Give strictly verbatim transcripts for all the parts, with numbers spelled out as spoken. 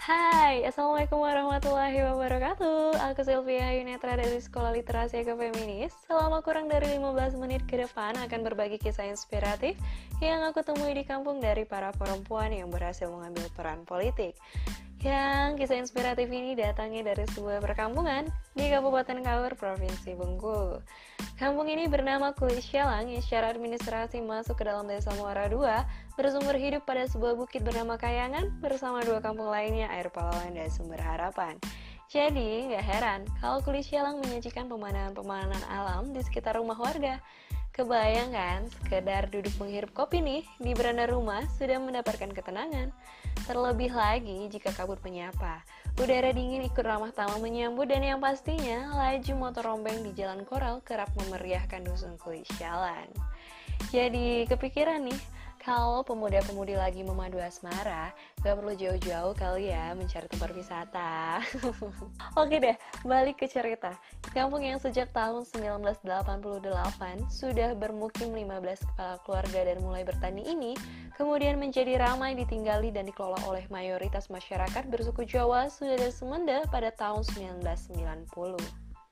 Hai, Assalamualaikum warahmatullahi wabarakatuh. Aku Sylvia Yunetra dari Sekolah Literasi Eko Feminis. Selama kurang dari lima belas menit ke depan akan berbagi kisah inspiratif yang aku temui di kampung dari para perempuan yang berhasil mengambil peran politik. Yang kisah inspiratif ini datangnya dari sebuah perkampungan di Kabupaten Kaur, Provinsi Bengkulu. Kampung ini bernama Kulit Syalang yang secara administrasi masuk ke dalam Desa Muara dua, bersumber hidup pada sebuah bukit bernama Kayangan bersama dua kampung lainnya Air Pahlawan dan Sumber Harapan. Jadi, gak heran kalau Kulit Syalang menyajikan pemandangan-pemandangan alam di sekitar rumah warga. Kebayang kan, sekedar duduk menghirup kopi nih di beranda rumah sudah mendapatkan ketenangan. Terlebih lagi jika kabut menyapa, udara dingin ikut ramah tamah menyambut dan yang pastinya laju motor rombeng di jalan koral kerap memeriahkan dusun Kulit Syalang. Jadi kepikiran nih, kalau pemuda-pemudi lagi memadu asmara, gak perlu jauh-jauh kali ya mencari tempat wisata. Oke deh, balik ke cerita. Kampung yang sejak tahun seribu sembilan ratus delapan puluh delapan sudah bermukim lima belas kepala keluarga dan mulai bertani ini, kemudian menjadi ramai ditinggali dan dikelola oleh mayoritas masyarakat bersuku Jawa, Sunda, dan Semenda pada tahun seribu sembilan ratus sembilan puluh.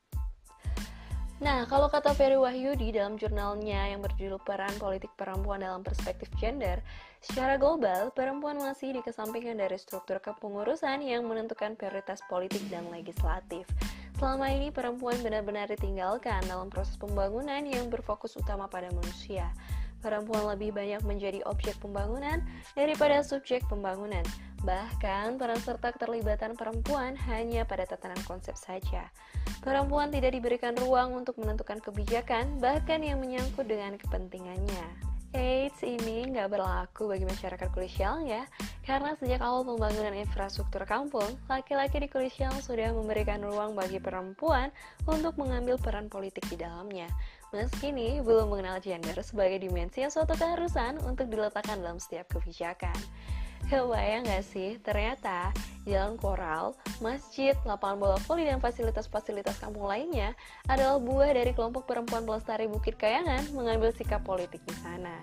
Nah, kalau kata Ferry Wahyudi dalam jurnalnya yang berjudul Peran Politik Perempuan dalam Perspektif Gender, secara global, perempuan masih dikesampingkan dari struktur kepengurusan yang menentukan prioritas politik dan legislatif. Selama ini, perempuan benar-benar ditinggalkan dalam proses pembangunan yang berfokus utama pada manusia. Perempuan lebih banyak menjadi objek pembangunan daripada subjek pembangunan. Bahkan, peran serta keterlibatan perempuan hanya pada tatanan konsep saja. Perempuan tidak diberikan ruang untuk menentukan kebijakan, bahkan yang menyangkut dengan kepentingannya. Eits, ini nggak berlaku bagi masyarakat Kulit Syalang ya, karena sejak awal pembangunan infrastruktur kampung, laki-laki di Kulit Syalang sudah memberikan ruang bagi perempuan untuk mengambil peran politik di dalamnya. Meski kini belum mengenal gender sebagai dimensi yang suatu keharusan untuk diletakkan dalam setiap kebijakan. Kebayang gak sih, ternyata jalan koral, masjid, lapangan bola voli, dan fasilitas-fasilitas kampung lainnya adalah buah dari kelompok perempuan pelestari Bukit Kayangan mengambil sikap politik di sana.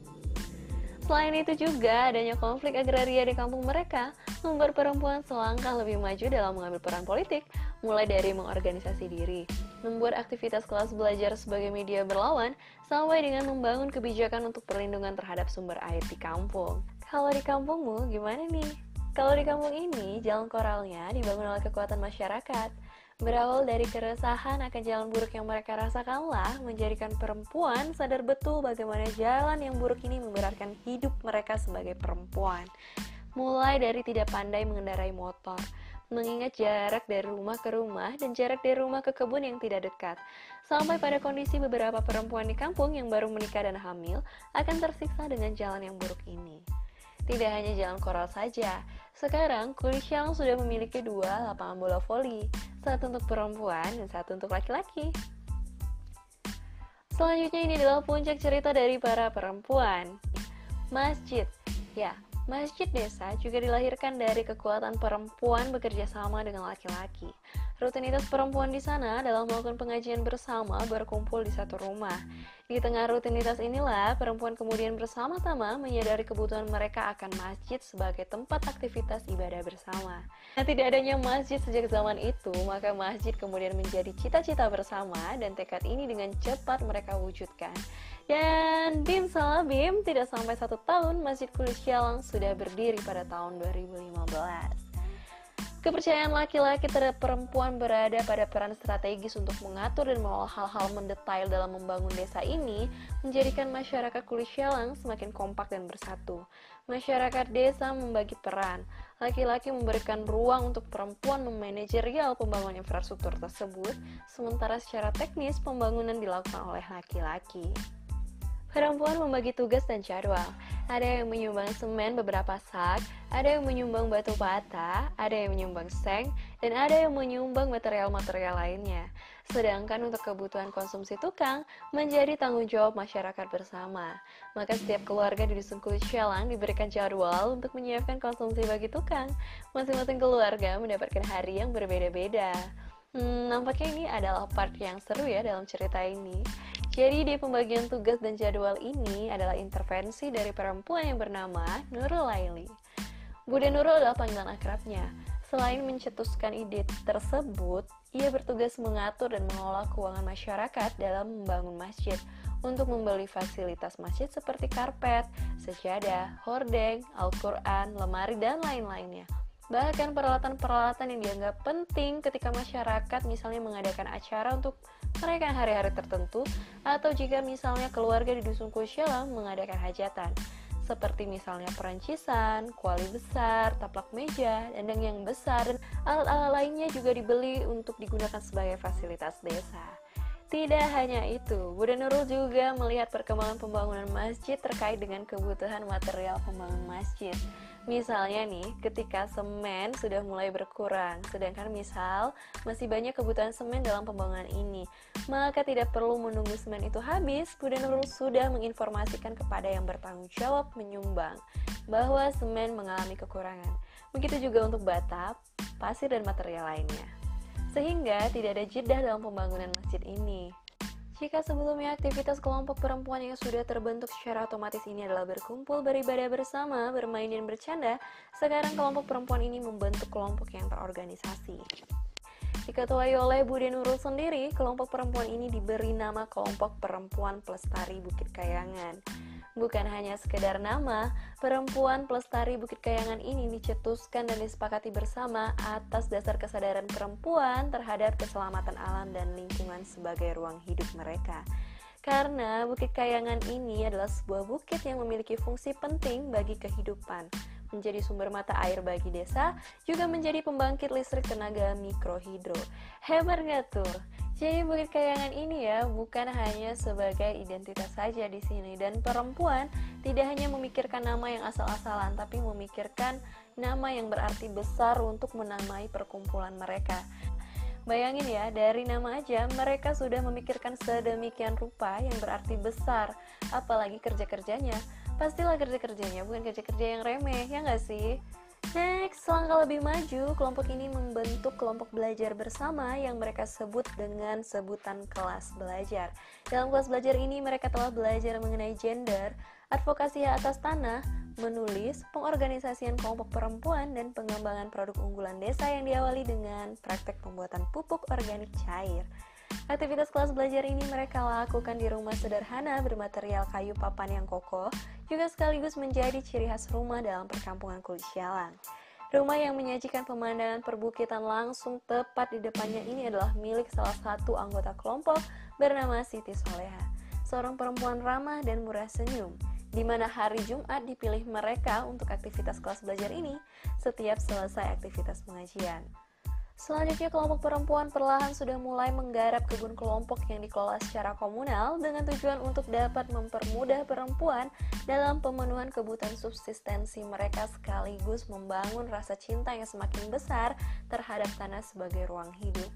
Selain itu juga adanya konflik agraria di kampung mereka membuat perempuan selangkah lebih maju dalam mengambil peran politik, mulai dari mengorganisasi diri, membuat aktivitas kelas belajar sebagai media berlawan, sampai dengan membangun kebijakan untuk perlindungan terhadap sumber air di kampung. Kalau di kampungmu gimana nih? Kalau di kampung ini, jalan koralnya dibangun oleh kekuatan masyarakat. Berawal dari keresahan akan jalan buruk yang mereka rasakanlah, menjadikan perempuan sadar betul bagaimana jalan yang buruk ini memberatkan hidup mereka sebagai perempuan. Mulai dari tidak pandai mengendarai motor, mengingat jarak dari rumah ke rumah dan jarak dari rumah ke kebun yang tidak dekat, sampai pada kondisi beberapa perempuan di kampung yang baru menikah dan hamil akan tersiksa dengan jalan yang buruk ini. Tidak hanya jalan koral saja, sekarang Kulit Syalang sudah memiliki dua lapangan bola voli, satu untuk perempuan dan satu untuk laki-laki. Selanjutnya ini adalah puncak cerita dari para perempuan. Masjid, ya, masjid desa juga dilahirkan dari kekuatan perempuan bekerja sama dengan laki-laki. Rutinitas perempuan di sana adalah melakukan pengajian bersama berkumpul di satu rumah. Di tengah rutinitas inilah, perempuan kemudian bersama-sama menyadari kebutuhan mereka akan masjid sebagai tempat aktivitas ibadah bersama. Nah, tidak adanya masjid sejak zaman itu, maka masjid kemudian menjadi cita-cita bersama dan tekad ini dengan cepat mereka wujudkan. Dan bim salah bim, tidak sampai satu tahun, Masjid Kulit Syalang sudah berdiri pada tahun dua ribu lima belas. Kepercayaan laki-laki terhadap perempuan berada pada peran strategis untuk mengatur dan mengolah hal-hal mendetail dalam membangun desa ini menjadikan masyarakat Kulit Syalang semakin kompak dan bersatu. Masyarakat desa membagi peran. Laki-laki memberikan ruang untuk perempuan memanajerial pembangunan infrastruktur tersebut, sementara secara teknis pembangunan dilakukan oleh laki-laki. Perempuan membagi tugas dan jadwal. Ada yang menyumbang semen beberapa sak, ada yang menyumbang batu bata, ada yang menyumbang seng, dan ada yang menyumbang material-material lainnya. Sedangkan untuk kebutuhan konsumsi tukang menjadi tanggung jawab masyarakat bersama. Maka setiap keluarga di dusun Kulit Syalang diberikan jadwal untuk menyiapkan konsumsi bagi tukang. Masing-masing keluarga mendapatkan hari yang berbeda-beda. Hmm, nampaknya ini adalah part yang seru ya dalam cerita ini. Jadi di pembagian tugas dan jadwal ini adalah intervensi dari perempuan yang bernama Nurul Laili. Bude Nurul adalah panggilan akrabnya. Selain mencetuskan ide tersebut, ia bertugas mengatur dan mengelola keuangan masyarakat dalam membangun masjid untuk membeli fasilitas masjid seperti karpet, sejadah, hordeng, Al-Quran, lemari, dan lain-lainnya. Bahkan peralatan-peralatan yang dianggap penting ketika masyarakat misalnya mengadakan acara untuk merayakan hari-hari tertentu, atau jika misalnya keluarga di Dusun Kusyalam mengadakan hajatan, seperti misalnya perancisan, kuali besar, taplak meja, dendeng yang besar, dan alat-alat lainnya juga dibeli untuk digunakan sebagai fasilitas desa. Tidak hanya itu, Bude Nurul juga melihat perkembangan pembangunan masjid terkait dengan kebutuhan material pembangunan masjid. Misalnya nih, ketika semen sudah mulai berkurang, sedangkan misal masih banyak kebutuhan semen dalam pembangunan ini, maka tidak perlu menunggu semen itu habis, Bude Nurul sudah menginformasikan kepada yang bertanggung jawab menyumbang bahwa semen mengalami kekurangan. Begitu juga untuk batap, pasir, dan material lainnya. Sehingga tidak ada jeda dalam pembangunan masjid ini. Jika sebelumnya aktivitas kelompok perempuan yang sudah terbentuk secara otomatis ini adalah berkumpul, beribadah bersama, bermain dan bercanda, sekarang kelompok perempuan ini membentuk kelompok yang terorganisasi. Diketuai oleh Bude Nurul sendiri, kelompok perempuan ini diberi nama Kelompok Perempuan Pelestari Bukit Kayangan. Bukan hanya sekedar nama, Perempuan Pelestari Bukit Kayangan ini dicetuskan dan disepakati bersama atas dasar kesadaran perempuan terhadap keselamatan alam dan lingkungan sebagai ruang hidup mereka. Karena Bukit Kayangan ini adalah sebuah bukit yang memiliki fungsi penting bagi kehidupan, menjadi sumber mata air bagi desa, juga menjadi pembangkit listrik tenaga mikrohidro. Hebat gak tuh? Jadi Bukit Kayangan ini ya bukan hanya sebagai identitas saja di sini, dan perempuan tidak hanya memikirkan nama yang asal-asalan, tapi memikirkan nama yang berarti besar untuk menamai perkumpulan mereka. Bayangin ya, dari nama aja mereka sudah memikirkan sedemikian rupa yang berarti besar, apalagi kerja-kerjanya. Pastilah kerja-kerjanya bukan kerja-kerja yang remeh, ya nggak sih? Next, selangkah lebih maju, kelompok ini membentuk kelompok belajar bersama yang mereka sebut dengan sebutan kelas belajar. Dalam kelas belajar ini mereka telah belajar mengenai gender, advokasi hak atas tanah, menulis, pengorganisasian kelompok perempuan, dan pengembangan produk unggulan desa yang diawali dengan praktek pembuatan pupuk organik cair. Aktivitas kelas belajar ini mereka lakukan di rumah sederhana bermaterial kayu papan yang kokoh, juga sekaligus menjadi ciri khas rumah dalam perkampungan Kulisyalang. Rumah yang menyajikan pemandangan perbukitan langsung tepat di depannya ini adalah milik salah satu anggota kelompok bernama Siti Soleha, seorang perempuan ramah dan murah senyum, di mana hari Jumat dipilih mereka untuk aktivitas kelas belajar ini setiap selesai aktivitas pengajian. Selanjutnya, kelompok perempuan perlahan sudah mulai menggarap kebun kelompok yang dikelola secara komunal dengan tujuan untuk dapat mempermudah perempuan dalam pemenuhan kebutuhan subsistensi mereka sekaligus membangun rasa cinta yang semakin besar terhadap tanah sebagai ruang hidup.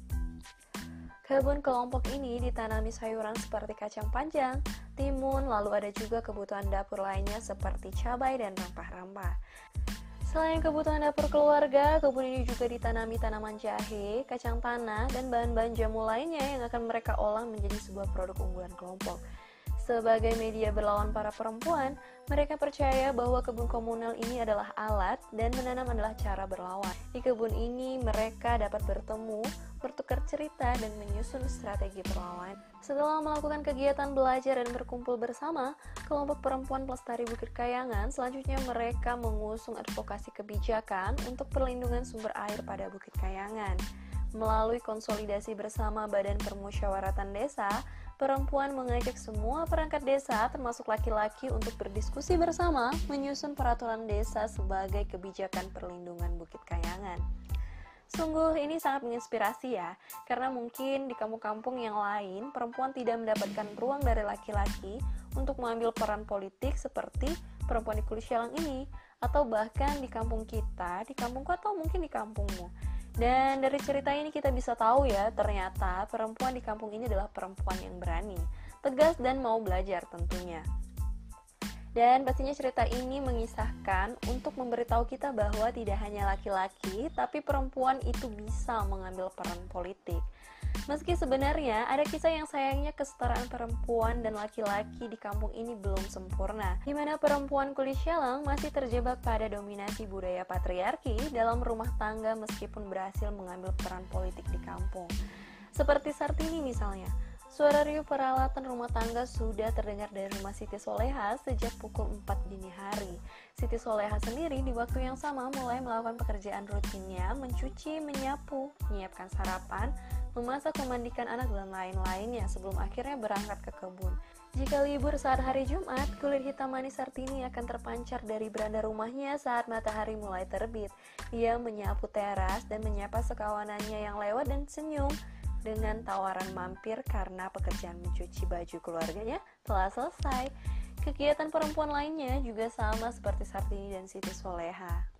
Kebun kelompok ini ditanami sayuran seperti kacang panjang, timun, lalu ada juga kebutuhan dapur lainnya seperti cabai dan rempah-rempah. Selain kebutuhan dapur keluarga, kebun ini juga ditanami tanaman jahe, kacang tanah, dan bahan-bahan jamu lainnya yang akan mereka olah menjadi sebuah produk unggulan kelompok. Sebagai media berlawan para perempuan, mereka percaya bahwa kebun komunal ini adalah alat dan menanam adalah cara berlawan. Di kebun ini mereka dapat bertemu, bertukar cerita, dan menyusun strategi perlawanan. Setelah melakukan kegiatan belajar dan berkumpul bersama, kelompok perempuan pelestari Bukit Kayangan selanjutnya mereka mengusung advokasi kebijakan untuk perlindungan sumber air pada Bukit Kayangan. Melalui konsolidasi bersama Badan Permusyawaratan Desa, perempuan mengajak semua perangkat desa termasuk laki-laki untuk berdiskusi bersama menyusun peraturan desa sebagai kebijakan perlindungan Bukit Kayangan. Sungguh ini sangat menginspirasi ya, karena mungkin di kampung-kampung yang lain perempuan tidak mendapatkan ruang dari laki-laki untuk mengambil peran politik seperti perempuan di Kulisyalang ini, atau bahkan di kampung kita, di kampungku atau mungkin di kampungmu. Dan dari cerita ini kita bisa tahu ya, ternyata perempuan di kampung ini adalah perempuan yang berani, tegas, dan mau belajar tentunya. Dan pastinya cerita ini mengisahkan untuk memberitahu kita bahwa tidak hanya laki-laki, tapi perempuan itu bisa mengambil peran politik. Meski sebenarnya ada kisah yang sayangnya kesetaraan perempuan dan laki-laki di kampung ini belum sempurna, di mana perempuan kulit syalang masih terjebak pada dominasi budaya patriarki dalam rumah tangga meskipun berhasil mengambil peran politik di kampung. Seperti Sartini misalnya, suara riuh peralatan rumah tangga sudah terdengar dari rumah Siti Soleha sejak pukul empat dini hari. Siti Soleha sendiri di waktu yang sama mulai melakukan pekerjaan rutinnya, mencuci, menyapu, menyiapkan sarapan, memasak, memandikan anak, dan lain-lainnya sebelum akhirnya berangkat ke kebun. Jika libur saat hari Jumat, kulit hitam manis Sartini akan terpancar dari beranda rumahnya saat matahari mulai terbit. Ia menyapu teras dan menyapa sekawanannya yang lewat dan senyum dengan tawaran mampir karena pekerjaan mencuci baju keluarganya telah selesai. Kegiatan perempuan lainnya juga sama seperti Sartini dan Siti Soleha.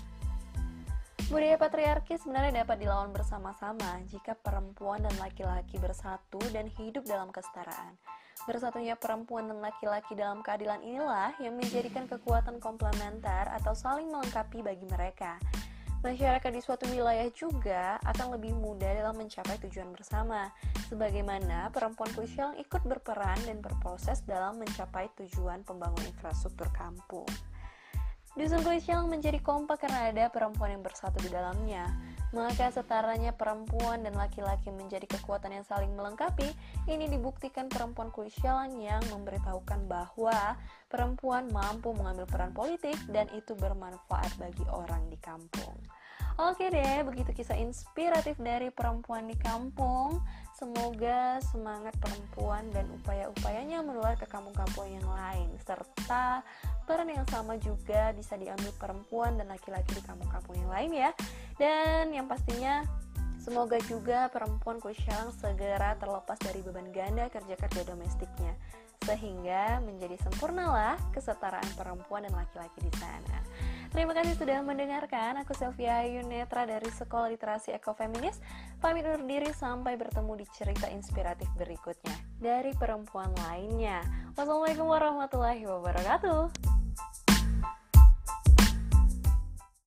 Budaya patriarki sebenarnya dapat dilawan bersama-sama jika perempuan dan laki-laki bersatu dan hidup dalam kesetaraan. Bersatunya perempuan dan laki-laki dalam keadilan inilah yang menjadikan kekuatan komplementer atau saling melengkapi bagi mereka. Masyarakat di suatu wilayah juga akan lebih mudah dalam mencapai tujuan bersama, sebagaimana perempuan kulit syalang ikut berperan dan berproses dalam mencapai tujuan pembangunan infrastruktur kampung. Dusun kulit syalang menjadi kompak karena ada perempuan yang bersatu di dalamnya. Maka setaranya perempuan dan laki-laki menjadi kekuatan yang saling melengkapi. Ini dibuktikan perempuan kulit syalang yang memberitahukan bahwa perempuan mampu mengambil peran politik dan itu bermanfaat bagi orang di kampung. Oke deh, begitu kisah inspiratif dari perempuan di kampung. Semoga semangat perempuan dan upaya-upayanya menular ke kampung-kampung yang lain, serta peran yang sama juga bisa diambil perempuan dan laki-laki di kampung-kampung yang lain ya. Dan yang pastinya semoga juga perempuan kulit syalang segera terlepas dari beban ganda kerja-kerja domestiknya, sehingga menjadi sempurnalah kesetaraan perempuan dan laki-laki di sana. Terima kasih sudah mendengarkan. Aku Sylvia Yunetra dari Sekolah Literasi Ekofeminis. Pamit undur diri sampai bertemu di cerita inspiratif berikutnya dari perempuan lainnya. Wassalamualaikum warahmatullahi wabarakatuh.